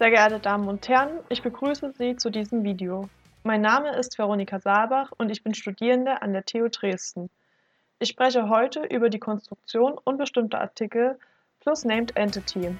Sehr geehrte Damen und Herren, ich begrüße Sie zu diesem Video. Mein Name ist Veronika Saalbach und ich bin Studierende an der TU Dresden. Ich spreche heute über die Konstruktion unbestimmter Artikel plus Named Entity.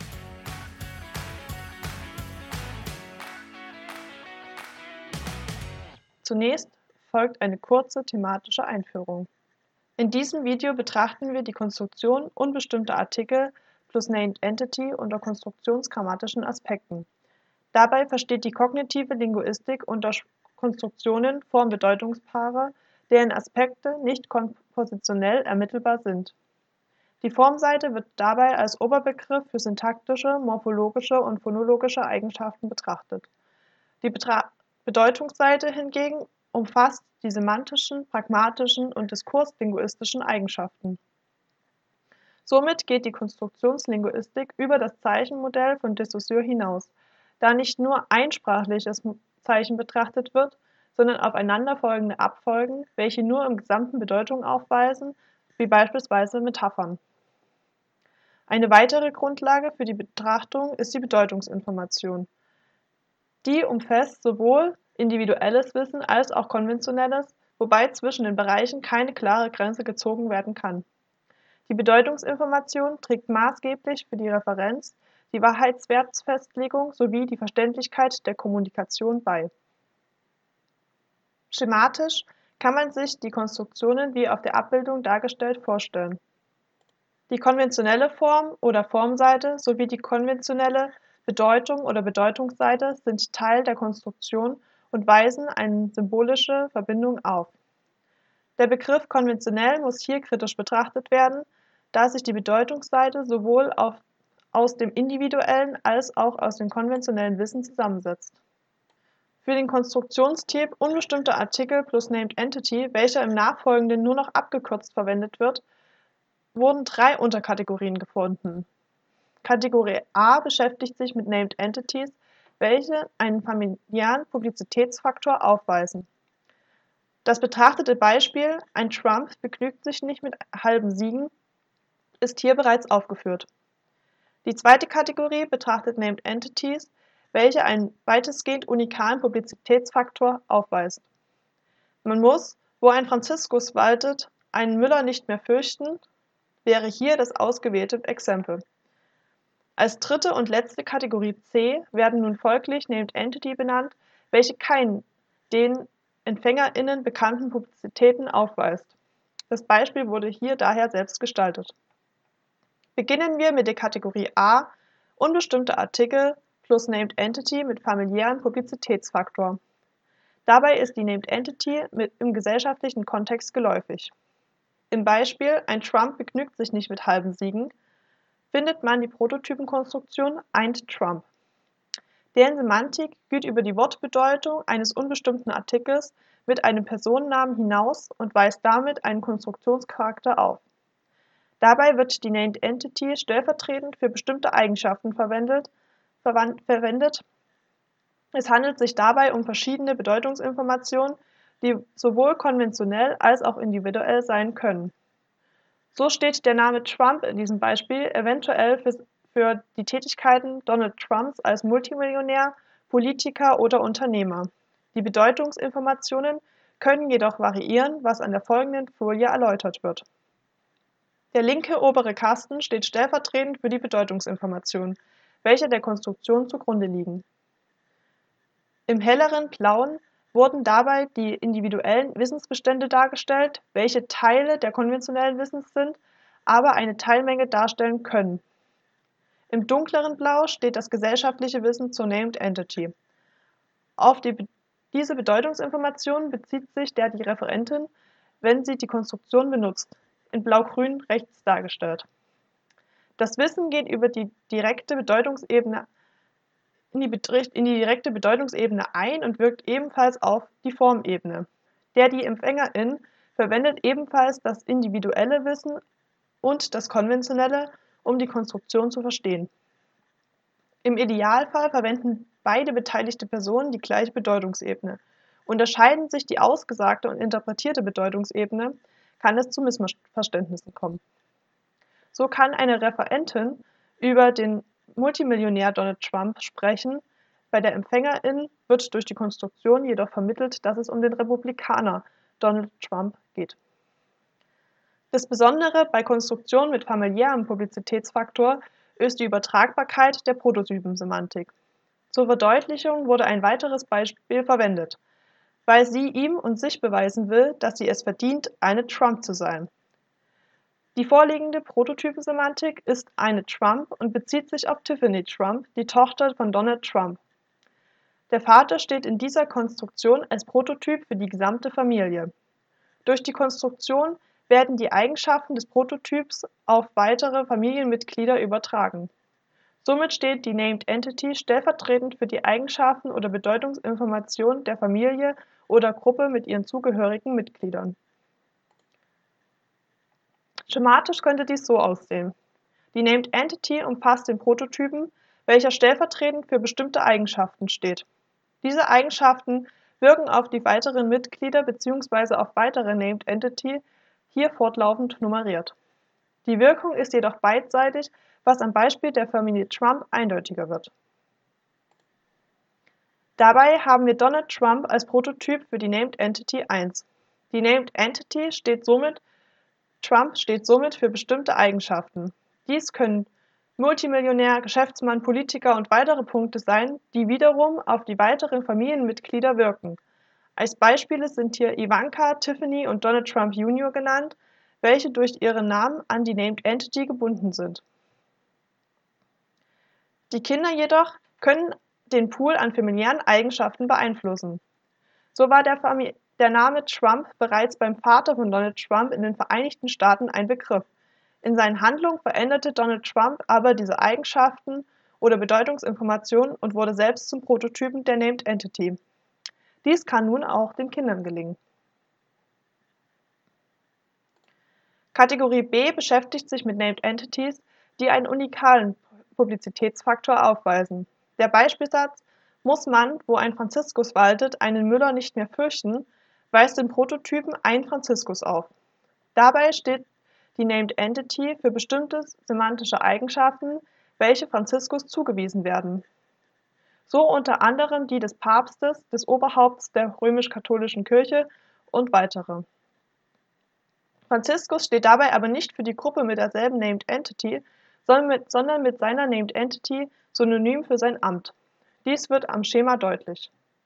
Zunächst folgt eine kurze thematische Einführung. In diesem Video betrachten wir die Konstruktion unbestimmter Artikel plus Named Entity unter konstruktionsgrammatischen Aspekten. Dabei versteht die kognitive Linguistik unter Konstruktionen Form-Bedeutungspaare, deren Aspekte nicht kompositionell ermittelbar sind. Die Formseite wird dabei als Oberbegriff für syntaktische, morphologische und phonologische Eigenschaften betrachtet. Die Bedeutungsseite hingegen umfasst die semantischen, pragmatischen und diskurslinguistischen Eigenschaften. Somit geht die Konstruktionslinguistik über das Zeichenmodell von de Saussure hinaus, da nicht nur ein sprachliches Zeichen betrachtet wird, sondern aufeinanderfolgende Abfolgen, welche nur im Gesamten Bedeutung aufweisen, wie beispielsweise Metaphern. Eine weitere Grundlage für die Betrachtung ist die Bedeutungsinformation. Die umfasst sowohl individuelles Wissen als auch konventionelles, wobei zwischen den Bereichen keine klare Grenze gezogen werden kann. Die Bedeutungsinformation trägt maßgeblich für die Referenz, die Wahrheitswertfestlegung sowie die Verständlichkeit der Kommunikation bei. Schematisch kann man sich die Konstruktionen wie auf der Abbildung dargestellt vorstellen. Die konventionelle Form oder Formseite sowie die konventionelle Bedeutung oder Bedeutungsseite sind Teil der Konstruktion und weisen eine symbolische Verbindung auf. Der Begriff konventionell muss hier kritisch betrachtet werden, da sich die Bedeutungsseite sowohl aus dem individuellen als auch aus dem konventionellen Wissen zusammensetzt. Für den Konstruktionstyp unbestimmter Artikel plus Named Entity, welcher im Nachfolgenden nur noch abgekürzt verwendet wird, wurden 3 Unterkategorien gefunden. Kategorie A beschäftigt sich mit Named Entities, welche einen familiären Publizitätsfaktor aufweisen. Das betrachtete Beispiel, ein Trump begnügt sich nicht mit halben Siegen, ist hier bereits aufgeführt. Die zweite Kategorie betrachtet Named Entities, welche einen weitestgehend unikalen Publizitätsfaktor aufweist. Man muss, wo ein Franziskus waltet, einen Müller nicht mehr fürchten, wäre hier das ausgewählte Exempel. Als dritte und letzte Kategorie C werden nun folglich Named Entity benannt, welche keinen den EmpfängerInnen bekannten Publizitäten aufweist. Das Beispiel wurde hier daher selbst gestaltet. Beginnen wir mit der Kategorie A, unbestimmte Artikel plus Named Entity mit familiären Publizitätsfaktor. Dabei ist die Named Entity im gesellschaftlichen Kontext geläufig. Im Beispiel, ein Trump begnügt sich nicht mit halben Siegen, findet man die Prototypenkonstruktion eint Trump. Deren Semantik geht über die Wortbedeutung eines unbestimmten Artikels mit einem Personennamen hinaus und weist damit einen Konstruktionscharakter auf. Dabei wird die Named Entity stellvertretend für bestimmte Eigenschaften verwendet. Es handelt sich dabei um verschiedene Bedeutungsinformationen, die sowohl konventionell als auch individuell sein können. So steht der Name Trump in diesem Beispiel eventuell für die Tätigkeiten Donald Trumps als Multimillionär, Politiker oder Unternehmer. Die Bedeutungsinformationen können jedoch variieren, was an der folgenden Folie erläutert wird. Der linke obere Kasten steht stellvertretend für die Bedeutungsinformationen, welche der Konstruktion zugrunde liegen. Im helleren blauen wurden dabei die individuellen Wissensbestände dargestellt, welche Teile der konventionellen Wissens sind, aber eine Teilmenge darstellen können. Im dunkleren Blau steht das gesellschaftliche Wissen zur Named Entity. Auf diese Bedeutungsinformation bezieht sich die Referentin, wenn sie die Konstruktion benutzt, in blau-grün rechts dargestellt. Das Wissen geht über die direkte Bedeutungsebene in die direkte Bedeutungsebene ein und wirkt ebenfalls auf die Formebene. Die Empfängerin verwendet ebenfalls das individuelle Wissen und das konventionelle, um die Konstruktion zu verstehen. Im Idealfall verwenden beide beteiligte Personen die gleiche Bedeutungsebene. Unterscheiden sich die ausgesagte und interpretierte Bedeutungsebene, kann es zu Missverständnissen kommen. So kann eine Referentin über den Multimillionär Donald Trump sprechen, bei der Empfängerin wird durch die Konstruktion jedoch vermittelt, dass es um den Republikaner Donald Trump geht. Das Besondere bei Konstruktionen mit familiärem Publizitätsfaktor ist die Übertragbarkeit der Prototypensemantik. Zur Verdeutlichung wurde ein weiteres Beispiel verwendet, weil sie ihm und sich beweisen will, dass sie es verdient, eine Trump zu sein. Die vorliegende Prototypensemantik ist eine Trump und bezieht sich auf Tiffany Trump, die Tochter von Donald Trump. Der Vater steht in dieser Konstruktion als Prototyp für die gesamte Familie. Durch die Konstruktion werden die Eigenschaften des Prototyps auf weitere Familienmitglieder übertragen. Somit steht die Named Entity stellvertretend für die Eigenschaften oder Bedeutungsinformationen der Familie oder Gruppe mit ihren zugehörigen Mitgliedern. Schematisch könnte dies so aussehen: Die Named Entity umfasst den Prototypen, welcher stellvertretend für bestimmte Eigenschaften steht. Diese Eigenschaften wirken auf die weiteren Mitglieder bzw. auf weitere Named Entity, hier fortlaufend nummeriert. Die Wirkung ist jedoch beidseitig, was am Beispiel der Familie Trump eindeutiger wird. Dabei haben wir Donald Trump als Prototyp für die Named Entity 1. Die Named Entity Trump steht somit für bestimmte Eigenschaften. Dies können Multimillionär, Geschäftsmann, Politiker und weitere Punkte sein, die wiederum auf die weiteren Familienmitglieder wirken. Als Beispiele sind hier Ivanka, Tiffany und Donald Trump Jr. genannt, welche durch ihren Namen an die Named Entity gebunden sind. Die Kinder jedoch können den Pool an familiären Eigenschaften beeinflussen. So war der Name Trump bereits beim Vater von Donald Trump in den Vereinigten Staaten ein Begriff. In seinen Handlungen veränderte Donald Trump aber diese Eigenschaften oder Bedeutungsinformationen und wurde selbst zum Prototypen der Named Entity. Dies kann nun auch den Kindern gelingen. Kategorie B beschäftigt sich mit Named Entities, die einen unikalen Publizitätsfaktor aufweisen. Der Beispielsatz „Muss man, wo ein Franziskus waltet, einen Müller nicht mehr fürchten“, weist den Prototypen ein Franziskus auf. Dabei steht die Named Entity für bestimmte semantische Eigenschaften, welche Franziskus zugewiesen werden. So unter anderem die des Papstes, des Oberhaupts der römisch-katholischen Kirche und weitere. Franziskus steht dabei aber nicht für die Gruppe mit derselben Named Entity, sondern mit seiner Named Entity synonym für sein Amt. Dies wird am Schema deutlich.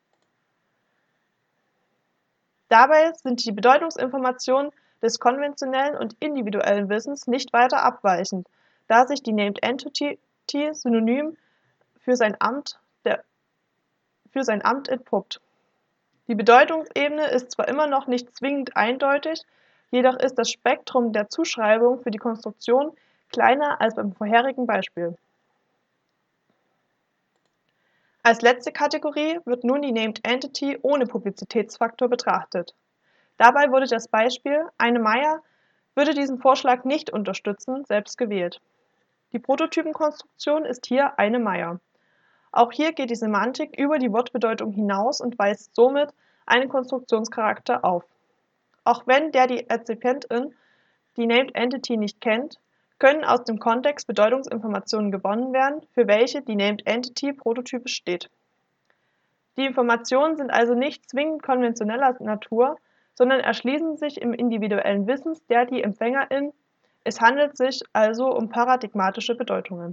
Dabei sind die Bedeutungsinformationen des konventionellen und individuellen Wissens nicht weiter abweichend, da sich die Named Entity synonym für sein Amt entpuppt. Die Bedeutungsebene ist zwar immer noch nicht zwingend eindeutig, jedoch ist das Spektrum der Zuschreibung für die Konstruktion kleiner als beim vorherigen Beispiel. Als letzte Kategorie wird nun die Named Entity ohne Publizitätsfaktor betrachtet. Dabei wurde das Beispiel „Eine Meier“ würde diesen Vorschlag nicht unterstützen, selbst gewählt. Die Prototypenkonstruktion ist hier „Eine Meier“. Auch hier geht die Semantik über die Wortbedeutung hinaus und weist somit einen Konstruktionscharakter auf. Auch wenn die Rezipientin die Named Entity nicht kennt, können aus dem Kontext Bedeutungsinformationen gewonnen werden, für welche die Named Entity prototypisch steht. Die Informationen sind also nicht zwingend konventioneller Natur, sondern erschließen sich im individuellen Wissen die Empfängerin, es handelt sich also um paradigmatische Bedeutungen.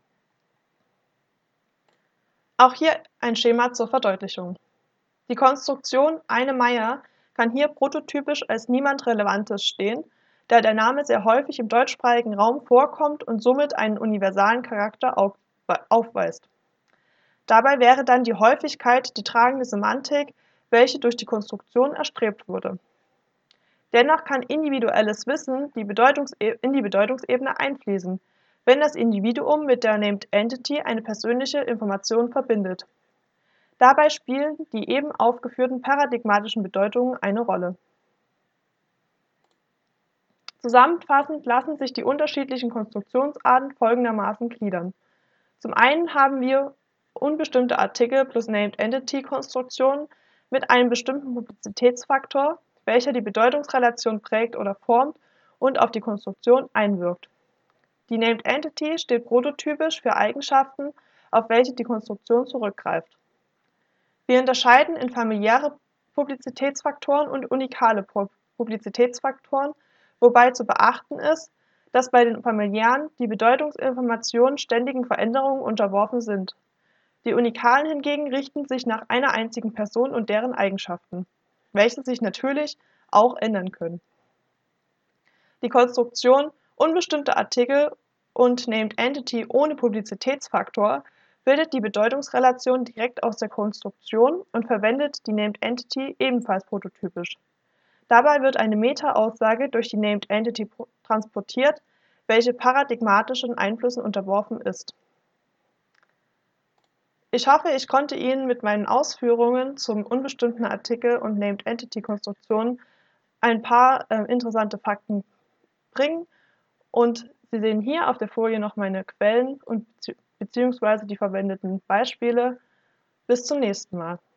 Auch hier ein Schema zur Verdeutlichung. Die Konstruktion „Eine Meier“ kann hier prototypisch als niemand Relevantes stehen, da der Name sehr häufig im deutschsprachigen Raum vorkommt und somit einen universalen Charakter aufweist. Dabei wäre dann die Häufigkeit die tragende Semantik, welche durch die Konstruktion erstrebt wurde. Dennoch kann individuelles Wissen in die Bedeutungsebene einfließen, wenn das Individuum mit der Named Entity eine persönliche Information verbindet. Dabei spielen die eben aufgeführten paradigmatischen Bedeutungen eine Rolle. Zusammenfassend lassen sich die unterschiedlichen Konstruktionsarten folgendermaßen gliedern: Zum einen haben wir unbestimmte Artikel plus Named Entity Konstruktionen mit einem bestimmten Publizitätsfaktor, welcher die Bedeutungsrelation prägt oder formt und auf die Konstruktion einwirkt. Die Named Entity steht prototypisch für Eigenschaften, auf welche die Konstruktion zurückgreift. Wir unterscheiden in familiäre Publizitätsfaktoren und unikale Publizitätsfaktoren, wobei zu beachten ist, dass bei den familiären die Bedeutungsinformationen ständigen Veränderungen unterworfen sind. Die unikalen hingegen richten sich nach einer einzigen Person und deren Eigenschaften, welche sich natürlich auch ändern können. Die Konstruktion unbestimmter Artikel und Named Entity ohne Publizitätsfaktor bildet die Bedeutungsrelation direkt aus der Konstruktion und verwendet die Named Entity ebenfalls prototypisch. Dabei wird eine Meta-Aussage durch die Named Entity transportiert, welche paradigmatischen Einflüssen unterworfen ist. Ich hoffe, ich konnte Ihnen mit meinen Ausführungen zum unbestimmten Artikel und Named Entity Konstruktion ein paar interessante Fakten bringen, und Sie sehen hier auf der Folie noch meine Quellen und beziehungsweise die verwendeten Beispiele. Bis zum nächsten Mal.